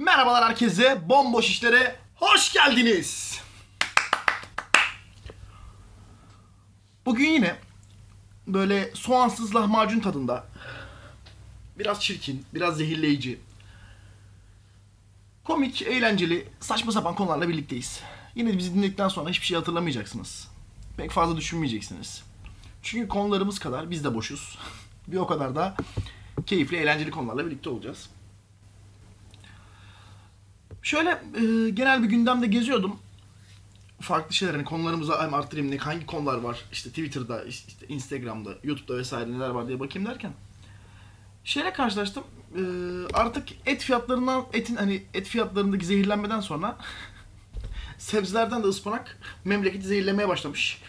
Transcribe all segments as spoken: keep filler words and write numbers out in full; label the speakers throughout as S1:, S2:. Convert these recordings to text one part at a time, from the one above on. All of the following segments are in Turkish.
S1: Merhabalar herkese, bomboş işlere hoş geldiniz. Bugün yine böyle soğansız lahmacun tadında, biraz çirkin, biraz zehirleyici, komik, eğlenceli, saçma sapan konularla birlikteyiz. Yine bizi dinledikten sonra hiçbir şey hatırlamayacaksınız. Pek fazla düşünmeyeceksiniz. Çünkü konularımız kadar biz de boşuz. Bir o kadar da keyifli, eğlenceli konularla birlikte olacağız. Şöyle e, genel bir gündemde geziyordum. Farklı şeyler, hani konularımıza hem arttırayım, ne hangi konular var, işte Twitter'da, işte Instagram'da, YouTube'da vesaire neler var diye bakayım derken şeyle karşılaştım. E, artık et fiyatlarından, etin hani et fiyatlarındaki zehirlenmeden sonra sebzelerden de ıspanak memleketi zehirlemeye başlamış.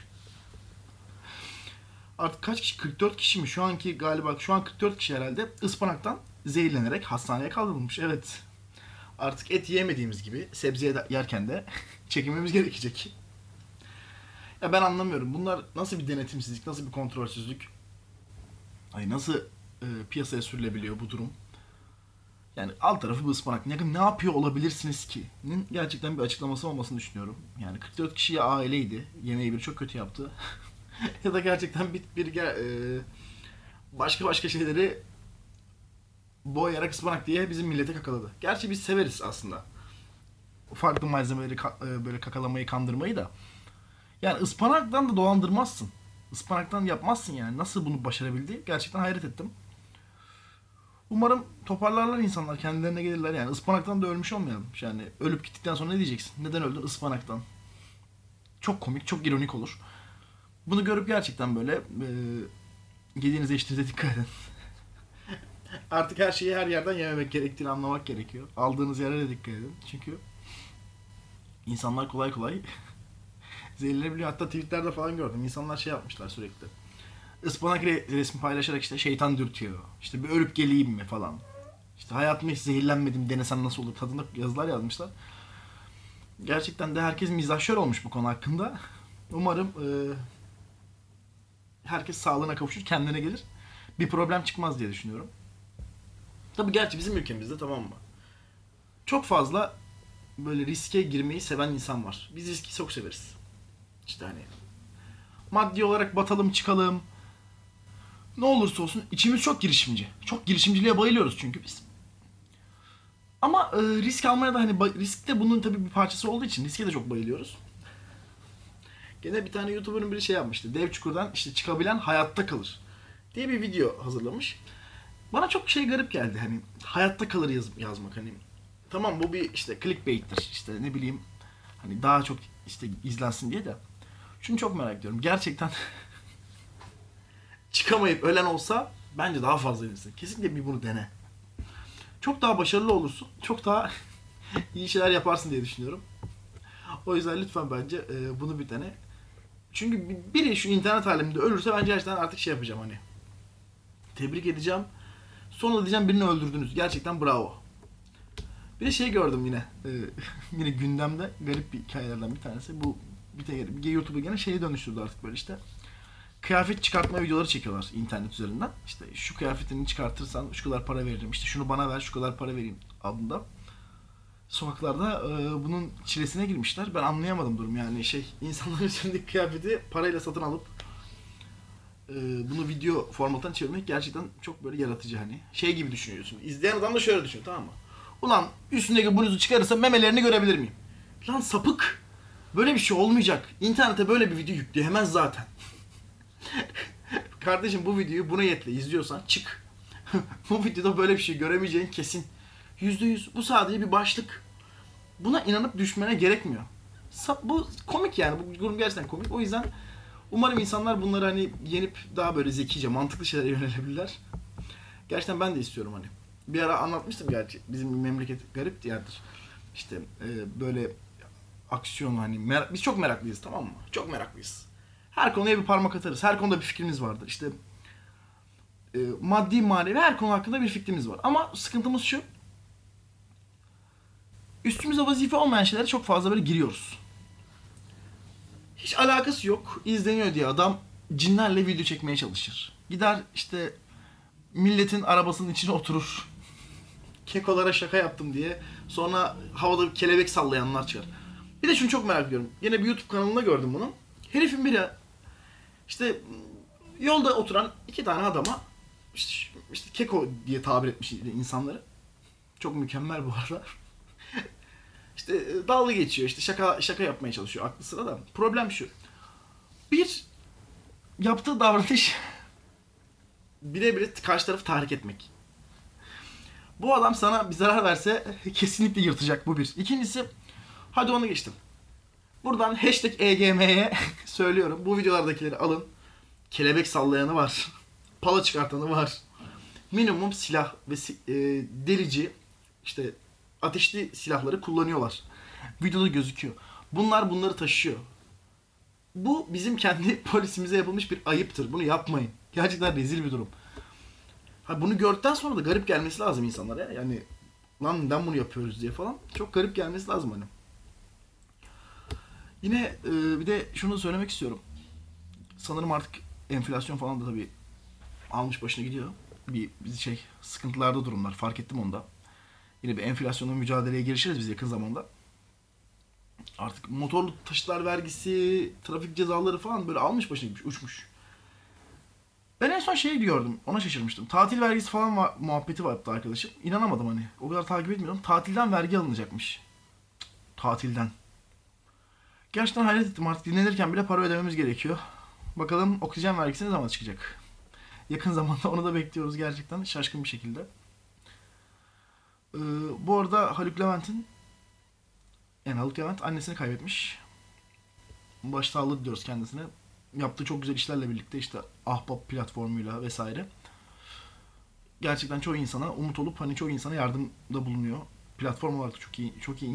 S1: Artık kaç kişi? kırk dört kişi mi? Şu anki galiba şu an kırk dört kişi herhalde ıspanaktan zehirlenerek hastaneye kaldırılmış. Evet. Artık et yiyemediğimiz gibi sebze yerken de çekinmemiz gerekecek. Ya ben anlamıyorum. Bunlar nasıl bir denetimsizlik, nasıl bir kontrolsüzlük? Ay nasıl e, piyasaya sürülebiliyor bu durum? Yani alt tarafı bir ıspanak. Ne, ne yapıyor olabilirsiniz ki? Gerçekten bir açıklaması olmasını düşünüyorum. Yani kırk dört kişiye aileydi. Yemeği bir çok kötü yaptı. Ya da gerçekten bir, bir e, başka başka şeyleri boyayarak ıspanak diye bizim millete kakaladı. Gerçi biz severiz aslında. Farklı malzemeleri ka- böyle kakalamayı, kandırmayı da. Yani ıspanaktan da dolandırmazsın. Ispanaktan yapmazsın yani. Nasıl bunu başarabildi? Gerçekten hayret ettim. Umarım toparlarlar insanlar, kendilerine gelirler yani. Ispanaktan da ölmüş olmayalım. Yani ölüp gittikten sonra ne diyeceksin? Neden öldün? Ispanaktan. Çok komik, çok ironik olur. Bunu görüp gerçekten böyle e, yediğinize içtiğinize dikkat edin. Artık her şeyi her yerden yememek gerektiğini anlamak gerekiyor. Aldığınız yere de dikkat edin. Çünkü insanlar kolay kolay zehirlenebiliyor. Hatta tweetlerde falan gördüm. İnsanlar şey yapmışlar sürekli. Ispanak re- resmi paylaşarak işte şeytan dürtüyor. İşte bir ölüp geleyim mi falan. İşte hayatımda hiç zehirlenmedim, denesem nasıl olur tadında yazılar yazmışlar. Gerçekten de herkes mizahşör olmuş bu konu hakkında. Umarım e, herkes sağlığına kavuşur, kendine gelir. Bir problem çıkmaz diye düşünüyorum. Tabii gerçi bizim ülkemizde, tamam mı? Çok fazla böyle riske girmeyi seven insan var. Biz riski çok severiz. İşte hani maddi olarak batalım çıkalım. Ne olursa olsun içimiz çok girişimci. Çok girişimciliğe bayılıyoruz çünkü biz. Ama e, risk almaya da hani ba- risk de bunun tabii bir parçası olduğu için riske de çok bayılıyoruz. Gene bir tane YouTuber'ın biri şey yapmıştı. Dev çukurdan işte çıkabilen hayatta kalır diye bir video hazırlamış. Bana çok şey garip geldi, hani hayatta kalır yaz- yazmak hani. Tamam, bu bir işte clickbait'tir, işte ne bileyim, hani daha çok işte izlensin diye de. Şunu çok merak ediyorum. Gerçekten çıkamayıp ölen olsa bence daha fazla izlensin. Kesinlikle bir bunu dene. Çok daha başarılı olursun. Çok daha iyi şeyler yaparsın diye düşünüyorum. O yüzden lütfen bence e, bunu bir dene. Çünkü biri şu internet aleminde ölürse bence gerçekten artık şey yapacağım hani. Tebrik edeceğim. Sonra diyeceğim birini öldürdünüz. Gerçekten bravo. Bir de şey gördüm yine. E, yine gündemde garip bir hikayelerden bir tanesi. Bu bir de bir YouTube'u gene şeye dönüştürdü artık böyle işte. Kıyafet çıkartma videoları çekiyorlar internet üzerinden. İşte şu kıyafetini çıkartırsan şu kadar para veririm. İşte şunu bana ver, şu kadar para vereyim adında. Sokaklarda e, bunun çilesine girmişler. Ben anlayamadım durum yani şey. İnsanların üzerindeki kıyafeti parayla satın alıp e, bunu video formatına çevirmek gerçekten çok böyle yaratıcı hani. Şey gibi düşünüyorsun. İzleyen adam da şöyle düşünüyor, tamam mı? Ulan üstündeki bluzu çıkarırsa memelerini görebilir miyim? Lan sapık! Böyle bir şey olmayacak. İnternete böyle bir video yükleyemez zaten. Kardeşim, bu videoyu bu niyetle izliyorsan çık. Bu videoda böyle bir şey göremeyeceğin kesin. Yüzde yüz. Bu sadece bir başlık. Buna inanıp düşmene gerekmiyor. Bu komik yani. Bu durum gerçekten komik. O yüzden umarım insanlar bunları hani yenip daha böyle zekice, mantıklı şeylere yönelebilirler. Gerçekten ben de istiyorum hani. Bir ara anlatmıştım gerçi. Bizim memleket garip yerdir. İşte e, böyle aksiyon hani mer- biz çok meraklıyız, tamam mı? Çok meraklıyız. Her konuya bir parmak atarız. Her konuda bir fikrimiz vardır. İşte e, maddi, manevi her konu hakkında bir fikrimiz var. Ama sıkıntımız şu. Üstümüze vazife olmayan şeylere çok fazla böyle giriyoruz. Hiç alakası yok. İzleniyor diye adam cinlerle video çekmeye çalışır. Gider işte milletin arabasının içine oturur. kekolara şaka yaptım diye sonra havada bir kelebek sallayanlar çıkar. Bir de şunu çok merak ediyorum. Yine bir YouTube kanalında gördüm bunu. Herifin biri işte yolda oturan iki tane adama işte, işte keko diye tabir etmiş insanları. Çok mükemmel bu arada. İşte dalga geçiyor, işte şaka şaka yapmaya çalışıyor aklı sıra da. Problem şu. Bir, yaptığı davranış bire bire karşı tarafı tahrik etmek. Bu adam sana bir zarar verse kesinlikle yırtacak, bu bir. İkincisi, hadi onu geçtim. Buradan hashtag E G M'ye söylüyorum. Bu videolardakileri alın. Kelebek sallayanı var. Pala çıkartanı var. Minimum silah ve e, delici, işte ateşli silahları kullanıyorlar. Videoda gözüküyor. Bunlar bunları taşıyor. Bu bizim kendi polisimize yapılmış bir ayıptır. Bunu yapmayın. Gerçekten rezil bir durum. Ha, bunu gördükten sonra da garip gelmesi lazım insanlara. Yani lan neden bunu yapıyoruz diye falan. Çok garip gelmesi lazım hani. Yine e, bir de şunu söylemek istiyorum. Sanırım artık enflasyon falan da tabii almış başına gidiyor. Bir, bir şey sıkıntılarda durumlar. Fark ettim onda. Yine bir enflasyonla mücadeleye girişiriz biz yakın zamanda. Artık motorlu taşıtlar vergisi, trafik cezaları falan böyle almış başına gitmiş, uçmuş. Ben en son şeyi gördüm, ona şaşırmıştım. Tatil vergisi falan var, muhabbeti vardı arkadaşım. İnanamadım hani. O kadar takip etmiyorum. Tatilden vergi alınacakmış. Tatilden. Gerçekten hayret ettim, artık dinlenirken bile para ödememiz gerekiyor. Bakalım oksijen vergisi ne zaman çıkacak? Yakın zamanda onu da bekliyoruz gerçekten şaşkın bir şekilde. Ee, bu arada Haluk Levent'in yani Haluk Levent annesini kaybetmiş. Başsağlığı diliyoruz kendisine. Yaptığı çok güzel işlerle birlikte işte Ahbap platformuyla vesaire. Gerçekten çoğu insana umut olup hani çoğu insana yardımda bulunuyor. Platform olarak da çok iyi çok iyi